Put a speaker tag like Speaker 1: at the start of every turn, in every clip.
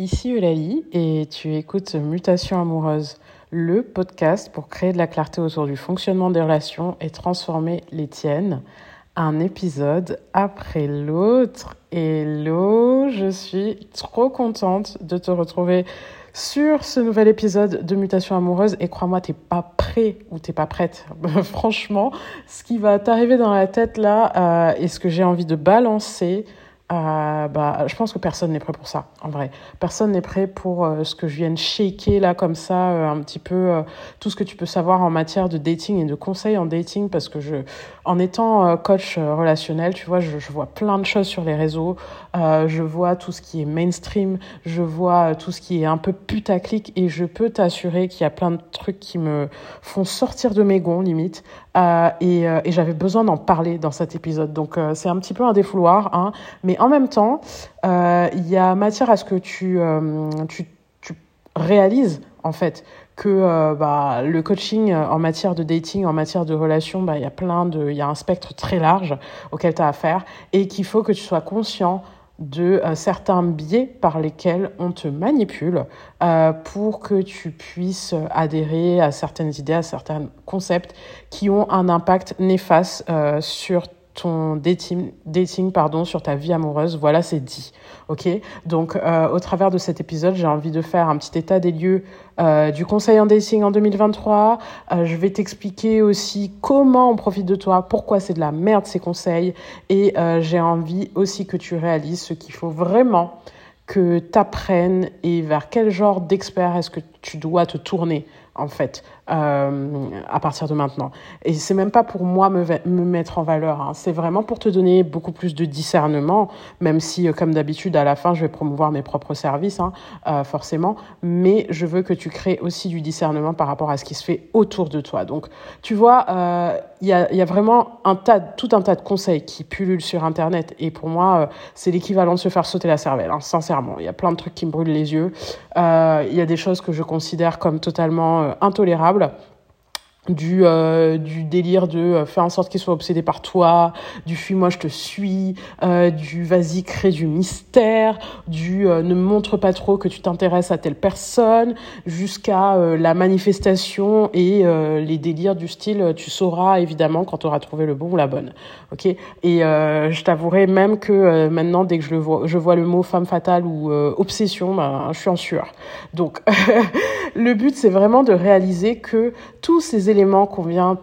Speaker 1: Ici Eulalie et tu écoutes Mutation amoureuse, le podcast pour créer de la clarté autour du fonctionnement des relations et transformer les tiennes. Un épisode après l'autre. Hello, je suis trop contente de te retrouver sur ce nouvel épisode de Mutation amoureuse et crois-moi, t'es pas prêt ou t'es pas prête. Franchement, ce qui va t'arriver dans la tête là et ce que j'ai envie de balancer, je pense que personne n'est prêt pour ça, en vrai. Personne n'est prêt pour ce que je viens de shaker là comme ça, un petit peu tout ce que tu peux savoir en matière de dating et de conseils en dating, parce que en étant coach relationnel, tu vois, je vois plein de choses sur les réseaux, je vois tout ce qui est mainstream, je vois tout ce qui est un peu putaclic et je peux t'assurer qu'il y a plein de trucs qui me font sortir de mes gonds, limite. Et j'avais besoin d'en parler dans cet épisode. Donc, c'est un petit peu un défouloir, hein. Mais en même temps, il y a matière à ce que tu réalises, en fait, que le coaching en matière de dating, en matière de relation, il y a un spectre très large auquel tu as affaire et qu'il faut que tu sois conscient de certains biais par lesquels on te manipule pour que tu puisses adhérer à certaines idées, à certains concepts qui ont un impact néfaste sur ton dating, sur ta vie amoureuse. Voilà, c'est dit. Ok. Donc, au travers de cet épisode, j'ai envie de faire un petit état des lieux du conseil en dating en 2023. Je vais t'expliquer aussi comment on profite de toi, pourquoi c'est de la merde ces conseils. Et j'ai envie aussi que tu réalises ce qu'il faut vraiment que tu apprennes et vers quel genre d'expert est-ce que tu dois te tourner, en fait, à partir de maintenant. Et c'est même pas pour moi me mettre en valeur, hein. C'est vraiment pour te donner beaucoup plus de discernement, même si, comme d'habitude, à la fin, je vais promouvoir mes propres services, hein, forcément. Mais je veux que tu crées aussi du discernement par rapport à ce qui se fait autour de toi. Donc, tu vois, il y a vraiment tout un tas de conseils qui pullulent sur Internet. Et pour moi, c'est l'équivalent de se faire sauter la cervelle, hein, sincèrement. Il y a plein de trucs qui me brûlent les yeux. Il y a des choses que je considère comme totalement intolérables. Du délire de fais en sorte qu'il soit obsédé par toi, du fuis-moi je te suis, du vas-y crée du mystère, du ne me montre pas trop que tu t'intéresses à telle personne, jusqu'à la manifestation et les délires du style tu sauras évidemment quand tu auras trouvé le bon ou la bonne. Ok. Et je t'avouerai même que maintenant dès que je vois le mot femme fatale ou obsession, je suis en sueur. Donc le but c'est vraiment de réaliser que tous ces éléments qu'on vient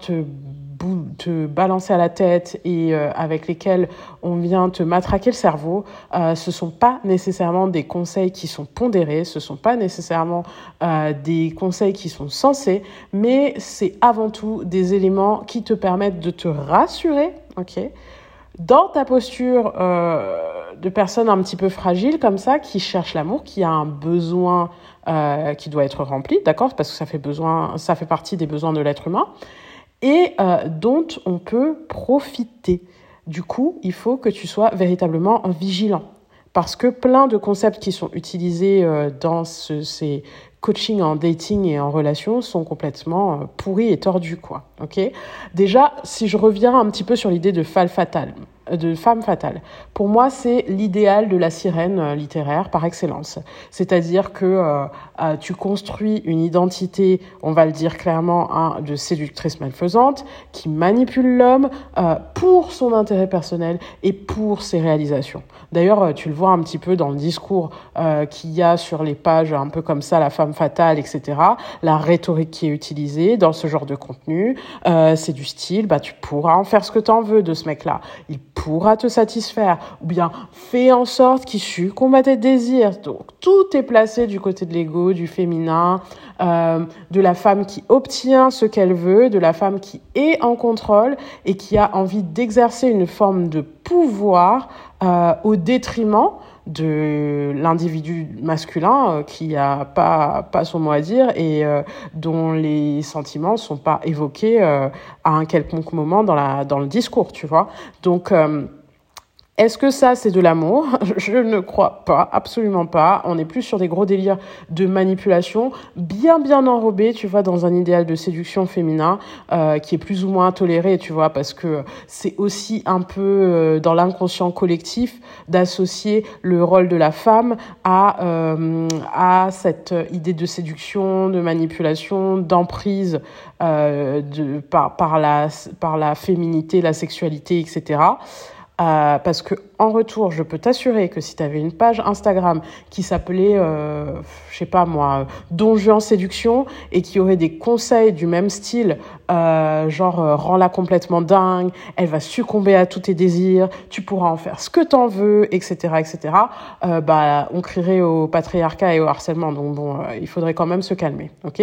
Speaker 1: te balancer à la tête et avec lesquels on vient te matraquer le cerveau, ce sont pas nécessairement des conseils qui sont pondérés, ce sont pas nécessairement des conseils qui sont sensés, mais c'est avant tout des éléments qui te permettent de te rassurer, ok, dans ta posture de personne un petit peu fragile comme ça, qui cherche l'amour, qui a un besoin qui doit être rempli, d'accord, parce que ça fait partie des besoins de l'être humain, et dont on peut profiter. Du coup, il faut que tu sois véritablement vigilant, parce que plein de concepts qui sont utilisés dans ces coaching en dating et en relation sont complètement pourris et tordus, quoi. Ok. Déjà, si je reviens un petit peu sur l'idée de femme fatale, pour moi, c'est l'idéal de la sirène littéraire par excellence. C'est-à-dire que tu construis une identité, on va le dire clairement, hein, de séductrice malfaisante, qui manipule l'homme pour son intérêt personnel et pour ses réalisations. D'ailleurs, tu le vois un petit peu dans le discours qu'il y a sur les pages un peu comme ça, la femme fatale, etc. La rhétorique qui est utilisée dans ce genre de contenu, c'est du style, tu pourras en faire ce que t'en veux de ce mec-là. Il pourra te satisfaire, ou bien fais en sorte qu'il succombe à tes désirs. Donc, tout est placé du côté de l'ego, du féminin, de la femme qui obtient ce qu'elle veut, de la femme qui est en contrôle et qui a envie d'exercer une forme de pouvoir au détriment de l'individu masculin qui a pas son mot à dire et dont les sentiments sont pas évoqués à un quelconque moment dans le discours, tu vois. Donc Est-ce que ça, c'est de l'amour? Je ne crois pas, absolument pas. On est plus sur des gros délires de manipulation, bien enrobés, tu vois, dans un idéal de séduction féminin qui est plus ou moins toléré, tu vois, parce que c'est aussi un peu dans l'inconscient collectif d'associer le rôle de la femme à cette idée de séduction, de manipulation, d'emprise par la féminité, la sexualité, etc. Parce que en retour, je peux t'assurer que si tu avais une page Instagram qui s'appelait, je sais pas moi, Don Juan Séduction, et qui aurait des conseils du même style, rends-la complètement dingue, elle va succomber à tous tes désirs, tu pourras en faire ce que t'en veux, etc., on crierait au patriarcat et au harcèlement. Donc bon, il faudrait quand même se calmer, ok?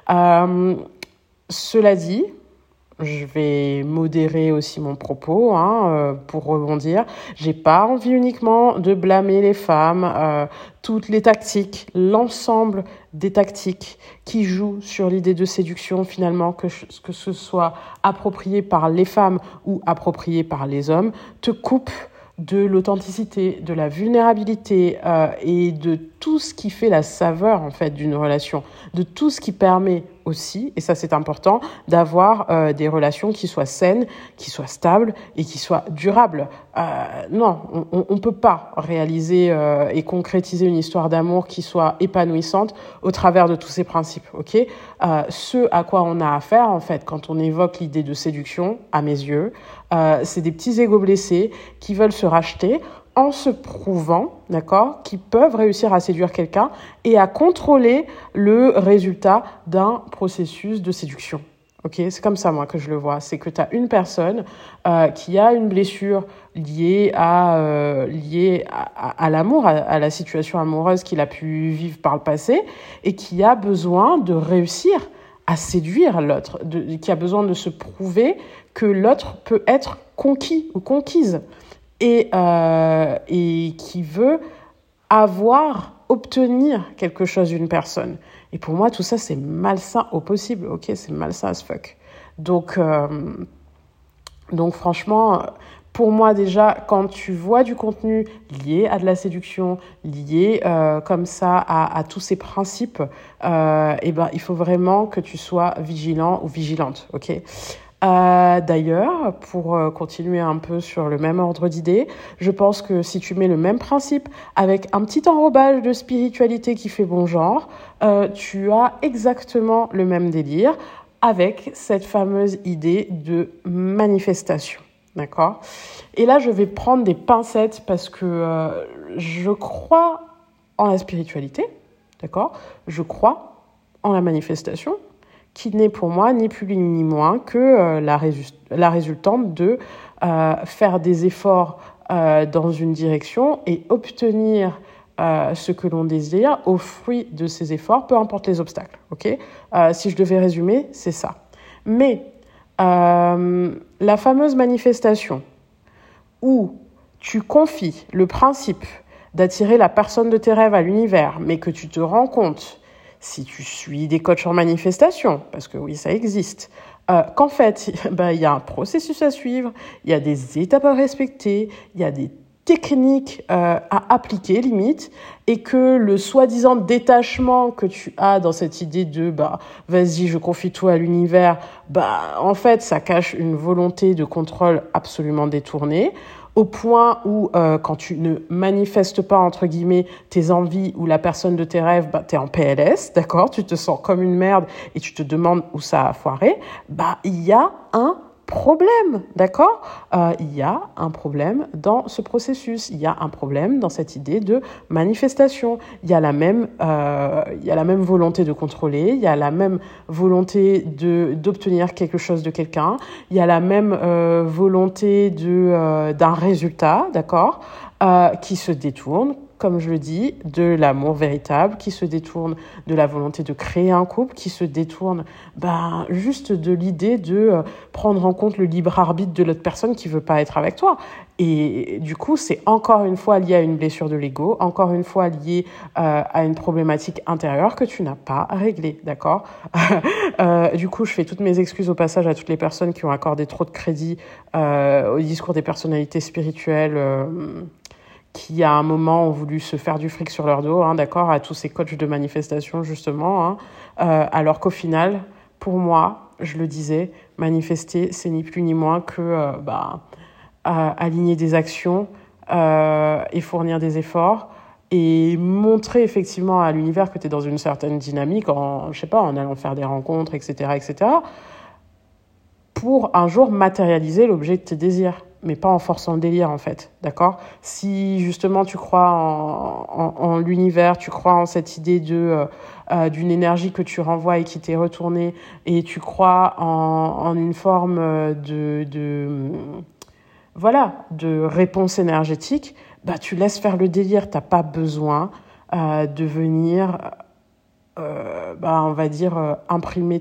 Speaker 1: Cela dit, je vais modérer aussi mon propos pour rebondir. J'ai pas envie uniquement de blâmer les femmes, toutes les tactiques, l'ensemble des tactiques qui jouent sur l'idée de séduction finalement, que ce soit approprié par les femmes ou approprié par les hommes, te coupe de l'authenticité, de la vulnérabilité et de tout ce qui fait la saveur en fait d'une relation, de tout ce qui permet aussi, et ça c'est important, d'avoir des relations qui soient saines, qui soient stables et qui soient durables. Non, on peut pas réaliser et concrétiser une histoire d'amour qui soit épanouissante au travers de tous ces principes, ok? Ce à quoi on a affaire en fait quand on évoque l'idée de séduction, à mes yeux, c'est des petits égos blessés qui veulent se racheter en se prouvant, d'accord, qu'ils peuvent réussir à séduire quelqu'un et à contrôler le résultat d'un processus de séduction. Ok, c'est comme ça moi que je le vois. C'est que tu as une personne qui a une blessure liée à l'amour, à la situation amoureuse qu'il a pu vivre par le passé, et qui a besoin de réussir à séduire l'autre, qui a besoin de se prouver que l'autre peut être conquis ou conquise. Et qui veut obtenir quelque chose d'une personne. Et pour moi, tout ça, c'est malsain au possible, ok? C'est malsain as fuck. Donc franchement, pour moi déjà, quand tu vois du contenu lié à de la séduction, lié comme ça à tous ces principes, il faut vraiment que tu sois vigilant ou vigilante, ok? D'ailleurs, pour continuer un peu sur le même ordre d'idées, je pense que si tu mets le même principe avec un petit enrobage de spiritualité qui fait bon genre, tu as exactement le même délire avec cette fameuse idée de manifestation. D'accord? Et là, je vais prendre des pincettes parce que je crois en la spiritualité, d'accord? Je crois en la manifestation, qui n'est pour moi ni plus ni moins que la résultante de faire des efforts dans une direction et obtenir ce que l'on désire au fruit de ces efforts, peu importe les obstacles. Okay, si je devais résumer, c'est ça. Mais la fameuse manifestation où tu confies le principe d'attirer la personne de tes rêves à l'univers, mais que tu te rends compte, si tu suis des coachs en manifestation, parce que oui, ça existe, qu'en fait, il y a un processus à suivre, il y a des étapes à respecter, il y a des techniques à appliquer, limite, et que le soi-disant détachement que tu as dans cette idée de vas-y, je confie tout à l'univers, en fait, ça cache une volonté de contrôle absolument détournée, au point où quand tu ne manifestes pas, entre guillemets, tes envies ou la personne de tes rêves, t'es en PLS, d'accord? Tu te sens comme une merde et tu te demandes où ça a foiré. Il y a un problème, d'accord? Il y a un problème dans ce processus. Il y a un problème dans cette idée de manifestation. Il y a la même volonté de contrôler. Il y a la même volonté d'obtenir quelque chose de quelqu'un. Il y a la même volonté d'un résultat, d'accord? Qui se détourne comme je le dis, de l'amour véritable, qui se détourne de la volonté de créer un couple, qui se détourne juste de l'idée de prendre en compte le libre arbitre de l'autre personne qui veut pas être avec toi. Et du coup, c'est encore une fois lié à une blessure de l'ego, encore une fois lié à une problématique intérieure que tu n'as pas réglée, d'accord? Du coup, je fais toutes mes excuses au passage à toutes les personnes qui ont accordé trop de crédit au discours des personnalités spirituelles qui, à un moment, ont voulu se faire du fric sur leur dos, d'accord, à tous ces coachs de manifestation, justement, alors qu'au final, pour moi, je le disais, manifester, c'est ni plus ni moins que aligner des actions et fournir des efforts et montrer effectivement à l'univers que tu es dans une certaine dynamique en allant faire des rencontres, etc., pour un jour matérialiser l'objet de tes désirs, mais pas en forçant le délire, en fait, d'accord? Si justement tu crois en l'univers, tu crois en cette idée d'une énergie que tu renvoies et qui t'est retournée, et tu crois en une forme de réponse énergétique, tu laisses faire le délire. T'as pas besoin de venir, on va dire, imprimer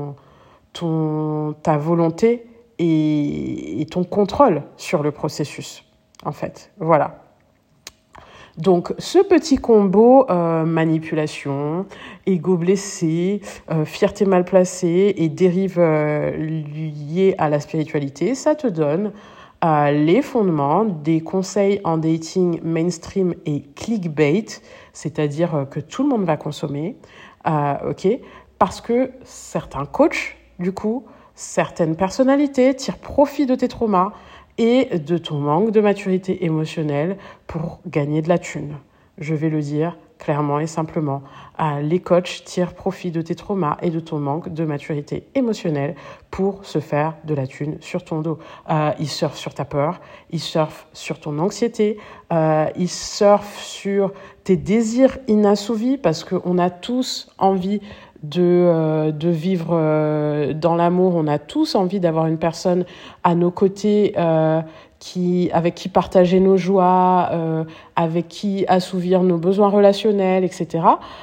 Speaker 1: ta volonté et ton contrôle sur le processus, en fait. Voilà. Donc, ce petit combo manipulation, ego blessé, fierté mal placée et dérive liée à la spiritualité, ça te donne les fondements des conseils en dating mainstream et clickbait, c'est-à-dire que tout le monde va consommer, parce que certains coachs, du coup, certaines personnalités tirent profit de tes traumas et de ton manque de maturité émotionnelle pour gagner de la thune. Je vais le dire clairement et simplement. Les coachs tirent profit de tes traumas et de ton manque de maturité émotionnelle pour se faire de la thune sur ton dos. Ils surfent sur ta peur, ils surfent sur ton anxiété, ils surfent sur tes désirs inassouvis parce qu'on a tous envie de vivre dans l'amour. On a tous envie d'avoir une personne à nos côtés avec qui partager nos joies, avec qui assouvir nos besoins relationnels, etc.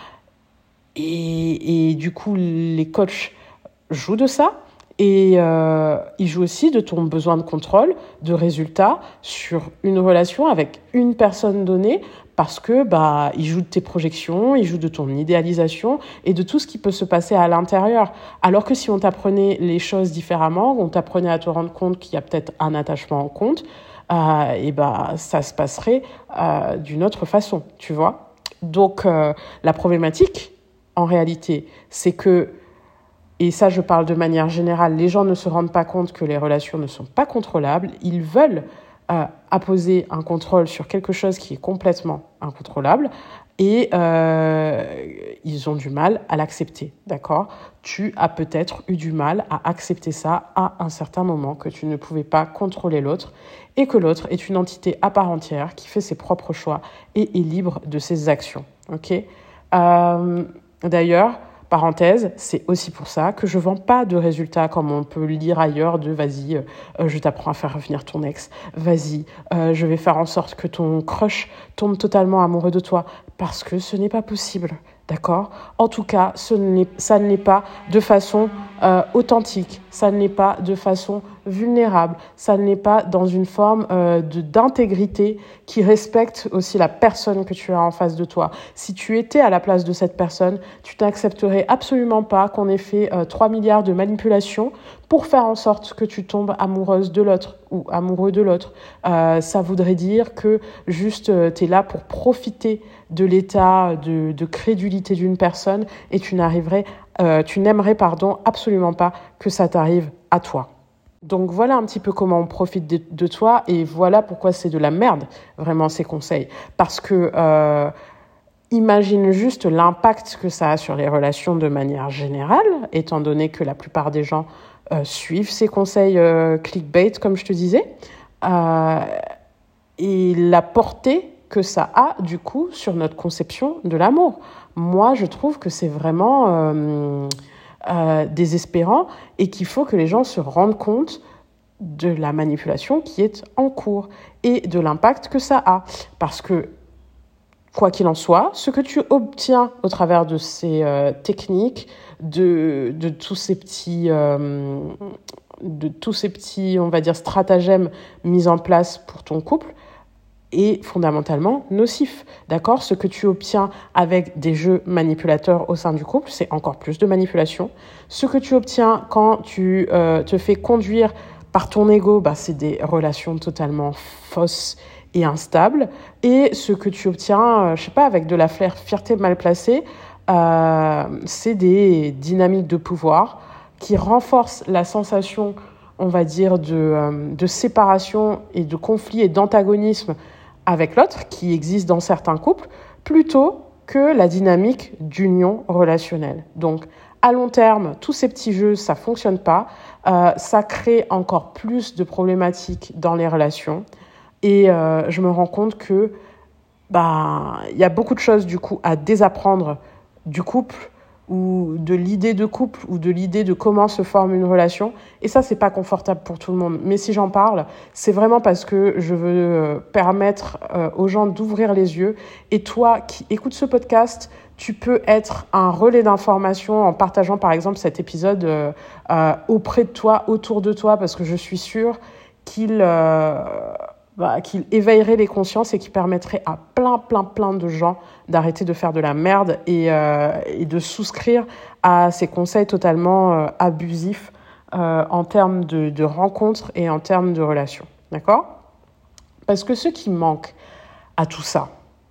Speaker 1: Et du coup, les coachs jouent de ça. Et ils jouent aussi de ton besoin de contrôle, de résultats sur une relation avec une personne donnée, parce que ils jouent de tes projections, ils jouent de ton idéalisation et de tout ce qui peut se passer à l'intérieur. Alors que si on t'apprenait les choses différemment, on t'apprenait à te rendre compte qu'il y a peut-être un attachement en compte, ça se passerait d'une autre façon, tu vois. Donc la problématique, en réalité, c'est que, et ça je parle de manière générale, les gens ne se rendent pas compte que les relations ne sont pas contrôlables. Ils veulent apposer un contrôle sur quelque chose qui est complètement incontrôlable et ils ont du mal à l'accepter, d'accord? Tu as peut-être eu du mal à accepter ça à un certain moment, que tu ne pouvais pas contrôler l'autre et que l'autre est une entité à part entière qui fait ses propres choix et est libre de ses actions, ok? D'ailleurs, parenthèse, c'est aussi pour ça que je vends pas de résultats comme on peut le lire ailleurs de vas-y, je t'apprends à faire revenir ton ex, vas-y, je vais faire en sorte que ton crush tombe totalement amoureux de toi, parce que ce n'est pas possible, d'accord? En tout cas, ça ne l'est pas de façon authentique, ça ne l'est pas de façon vulnérable, ça ne l'est pas dans une forme d'intégrité qui respecte aussi la personne que tu as en face de toi. Si tu étais à la place de cette personne, tu n'accepterais absolument pas qu'on ait fait 3 milliards de manipulations pour faire en sorte que tu tombes amoureuse de l'autre ou amoureux de l'autre. Ça voudrait dire que juste tu es là pour profiter de l'état de crédulité d'une personne et tu n'aimerais absolument pas que ça t'arrive à toi. Donc voilà un petit peu comment on profite de toi et voilà pourquoi c'est de la merde, vraiment, ces conseils. Parce que imagine juste l'impact que ça a sur les relations de manière générale, étant donné que la plupart des gens suivent ces conseils clickbait, comme je te disais, et la portée que ça a, du coup, sur notre conception de l'amour. Moi, je trouve que c'est vraiment désespérant et qu'il faut que les gens se rendent compte de la manipulation qui est en cours et de l'impact que ça a. Parce que quoi qu'il en soit, ce que tu obtiens au travers de ces techniques, de tous ces petits, on va dire, stratagèmes mis en place pour ton couple, est fondamentalement nocif, d'accord ? Ce que tu obtiens avec des jeux manipulateurs au sein du couple, c'est encore plus de manipulation. Ce que tu obtiens quand tu te fais conduire par ton ego, c'est des relations totalement fausses et instables. Et ce que tu obtiens, avec de la fierté mal placée, c'est des dynamiques de pouvoir qui renforcent la sensation, on va dire, de séparation et de conflit et d'antagonisme avec l'autre, qui existe dans certains couples, plutôt que la dynamique d'union relationnelle. Donc, à long terme, tous ces petits jeux, ça ne fonctionne pas. Ça crée encore plus de problématiques dans les relations. Et je me rends compte que y a beaucoup de choses, du coup, à désapprendre du couple, ou de l'idée de couple, ou de l'idée de comment se forme une relation. Et ça, c'est pas confortable pour tout le monde. Mais si j'en parle, c'est vraiment parce que je veux permettre aux gens d'ouvrir les yeux. Et toi qui écoutes ce podcast, tu peux être un relais d'information en partageant, par exemple, cet épisode auprès de toi, autour de toi, parce que je suis sûre qu'il éveillerait les consciences et qui permettrait à plein de gens d'arrêter de faire de la merde et de souscrire à ces conseils totalement abusifs en termes de rencontres et en termes de relations. D'accord ? Parce que ce qui manque à tout ça,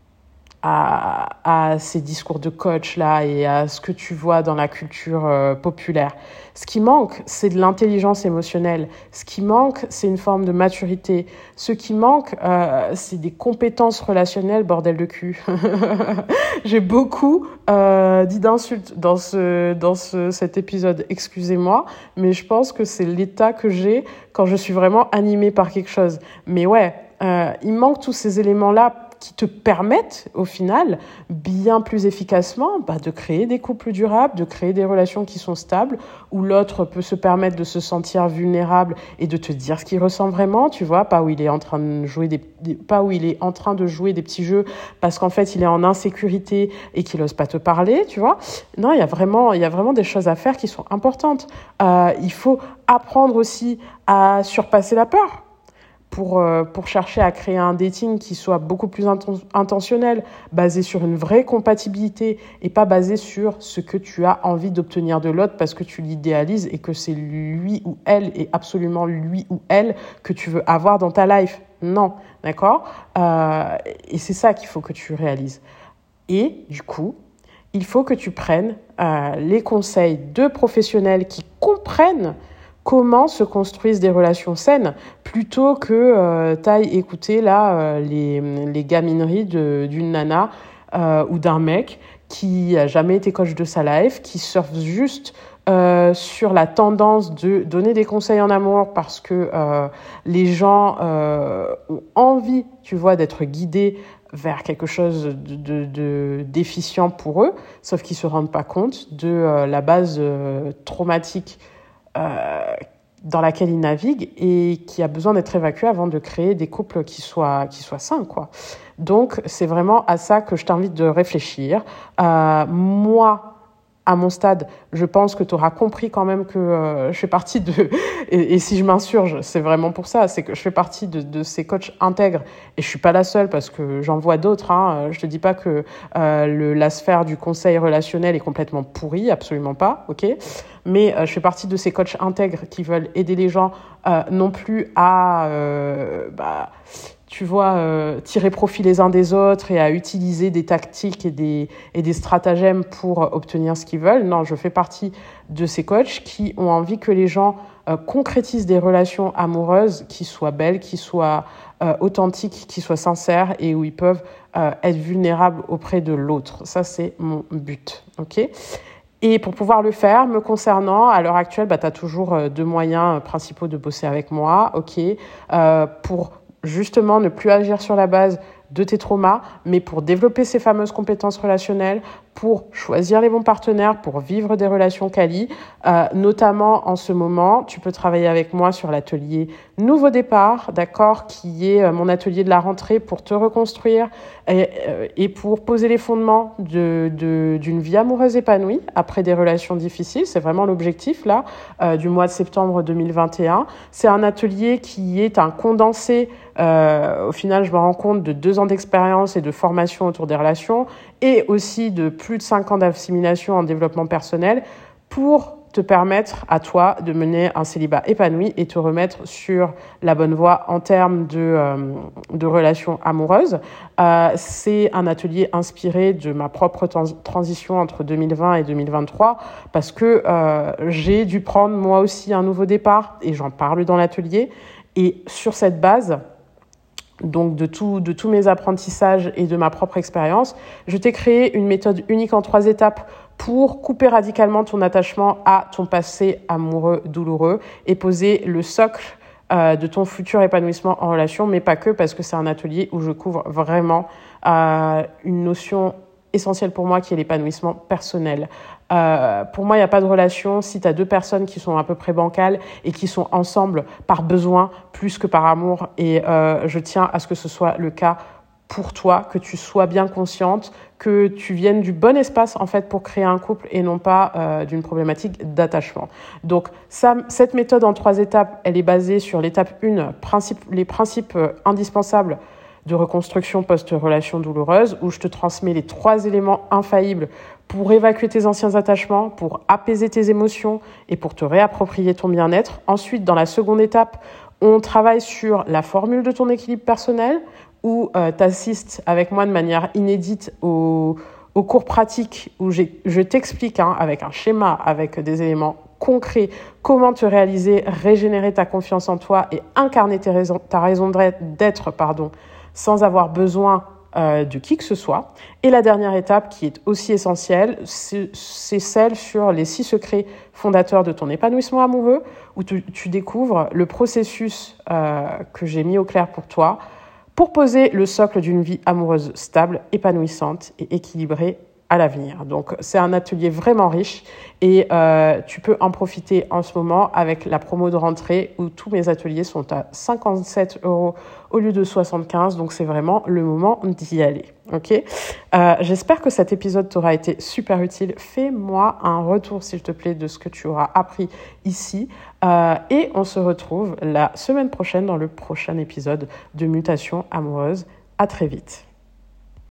Speaker 1: à ces discours de coach là et à ce que tu vois dans la culture populaire. Ce qui manque, c'est de l'intelligence émotionnelle. Ce qui manque, c'est une forme de maturité. Ce qui manque, c'est des compétences relationnelles, bordel de cul. J'ai beaucoup dit d'insultes dans cet épisode, excusez-moi, mais je pense que c'est l'état que j'ai quand je suis vraiment animée par quelque chose. Mais ouais, il manque tous ces éléments-là qui te permettent, au final, bien plus efficacement, de créer des couples durables, de créer des relations qui sont stables, où l'autre peut se permettre de se sentir vulnérable et de te dire ce qu'il ressent vraiment, tu vois, pas où il est en train de jouer des petits jeux parce qu'en fait, il est en insécurité et qu'il n'ose pas te parler, tu vois. Non, il y a vraiment des choses à faire qui sont importantes. Il faut apprendre aussi à surpasser la peur. Pour chercher à créer un dating qui soit beaucoup plus intentionnel, basé sur une vraie compatibilité et pas basé sur ce que tu as envie d'obtenir de l'autre parce que tu l'idéalises et que c'est lui ou elle et absolument lui ou elle que tu veux avoir dans ta life. Non, d'accord ? Et c'est ça qu'il faut que tu réalises. Et du coup, il faut que tu prennes les conseils de professionnels qui comprennent comment se construisent des relations saines, plutôt que t'ailles écouter les gamineries d'une nana ou d'un mec qui a jamais été coach de sa life, qui surfe juste sur la tendance de donner des conseils en amour parce que les gens ont envie, tu vois, d'être guidés vers quelque chose de déficient pour eux, sauf qu'ils se rendent pas compte de la base traumatique dans laquelle ils naviguent et qui a besoin d'être évacuée avant de créer des couples qui soient sains, quoi. Donc, c'est vraiment à ça que je t'invite de réfléchir. Moi, à mon stade, je pense que tu auras compris quand même que je fais partie de... Et si je m'insurge, c'est vraiment pour ça. C'est que je fais partie de ces coachs intègres. Et je suis pas la seule parce que j'en vois d'autres. Je te dis pas que la sphère du conseil relationnel est complètement pourrie. Absolument pas, ok ? Mais je fais partie de ces coachs intègres qui veulent aider les gens non plus à... tu vois, tirer profit les uns des autres et à utiliser des tactiques et des stratagèmes pour obtenir ce qu'ils veulent. Non, je fais partie de ces coachs qui ont envie que les gens concrétisent des relations amoureuses qui soient belles, qui soient authentiques, qui soient sincères et où ils peuvent être vulnérables auprès de l'autre. Ça, c'est mon but, ok ? Et pour pouvoir le faire, me concernant, à l'heure actuelle, tu as toujours deux moyens principaux de bosser avec moi, ok ? Pour justement ne plus agir sur la base de tes traumas, mais pour développer ces fameuses compétences relationnelles, pour choisir les bons partenaires, pour vivre des relations quali. Notamment en ce moment, tu peux travailler avec moi sur l'atelier Nouveau Départ, d'accord, qui est mon atelier de la rentrée pour te reconstruire et pour poser les fondements d'une vie amoureuse épanouie après des relations difficiles. C'est vraiment l'objectif là du mois de septembre 2021. C'est un atelier qui est un condensé. Au final, je me rends compte de 2 ans d'expérience et de formation autour des relations et aussi de plus de 5 ans d'assimilation en développement personnel pour te permettre à toi de mener un célibat épanoui et te remettre sur la bonne voie en termes de relations amoureuses. C'est un atelier inspiré de ma propre transition entre 2020 et 2023 parce que j'ai dû prendre moi aussi un nouveau départ et j'en parle dans l'atelier. Et sur cette base, donc de tous mes apprentissages et de ma propre expérience, je t'ai créé une méthode unique en 3 étapes pour couper radicalement ton attachement à ton passé amoureux douloureux et poser le socle de ton futur épanouissement en relation, mais pas que, parce que c'est un atelier où je couvre vraiment une notion essentielle pour moi qui est l'épanouissement personnel. Pour moi, il n'y a pas de relation si tu as 2 personnes qui sont à peu près bancales et qui sont ensemble par besoin plus que par amour. Et je tiens à ce que ce soit le cas pour toi, que tu sois bien consciente, que tu viennes du bon espace en fait pour créer un couple et non pas d'une problématique d'attachement. Donc cette méthode en 3 étapes, elle est basée sur l'étape 1, les principes indispensables de reconstruction post-relation douloureuse, où je te transmets les 3 éléments infaillibles pour évacuer tes anciens attachemts, pour apaiser tes émotions et pour te réapproprier ton bien-être. Ensuite, dans la seconde étape, on travaille sur la formule de ton équilibre personnel, où tu assistes avec moi de manière inédite au cours pratique, où je t'explique avec un schéma, avec des éléments concrets, comment te réaliser, régénérer ta confiance en toi et incarner ta raison d'être, sans avoir besoin de qui que ce soit. Et la dernière étape, qui est aussi essentielle, c'est celle sur les 6 secrets fondateurs de ton épanouissement amoureux, où tu découvres le processus que j'ai mis au clair pour toi, pour poser le socle d'une vie amoureuse stable, épanouissante et équilibrée à l'avenir. Donc, c'est un atelier vraiment riche et tu peux en profiter en ce moment avec la promo de rentrée où tous mes ateliers sont à 57 € au lieu de 75. Donc, c'est vraiment le moment d'y aller. Ok. J'espère que cet épisode t'aura été super utile. Fais-moi un retour, s'il te plaît, de ce que tu auras appris ici. Et on se retrouve la semaine prochaine dans le prochain épisode de Mutation amoureuse. À très vite.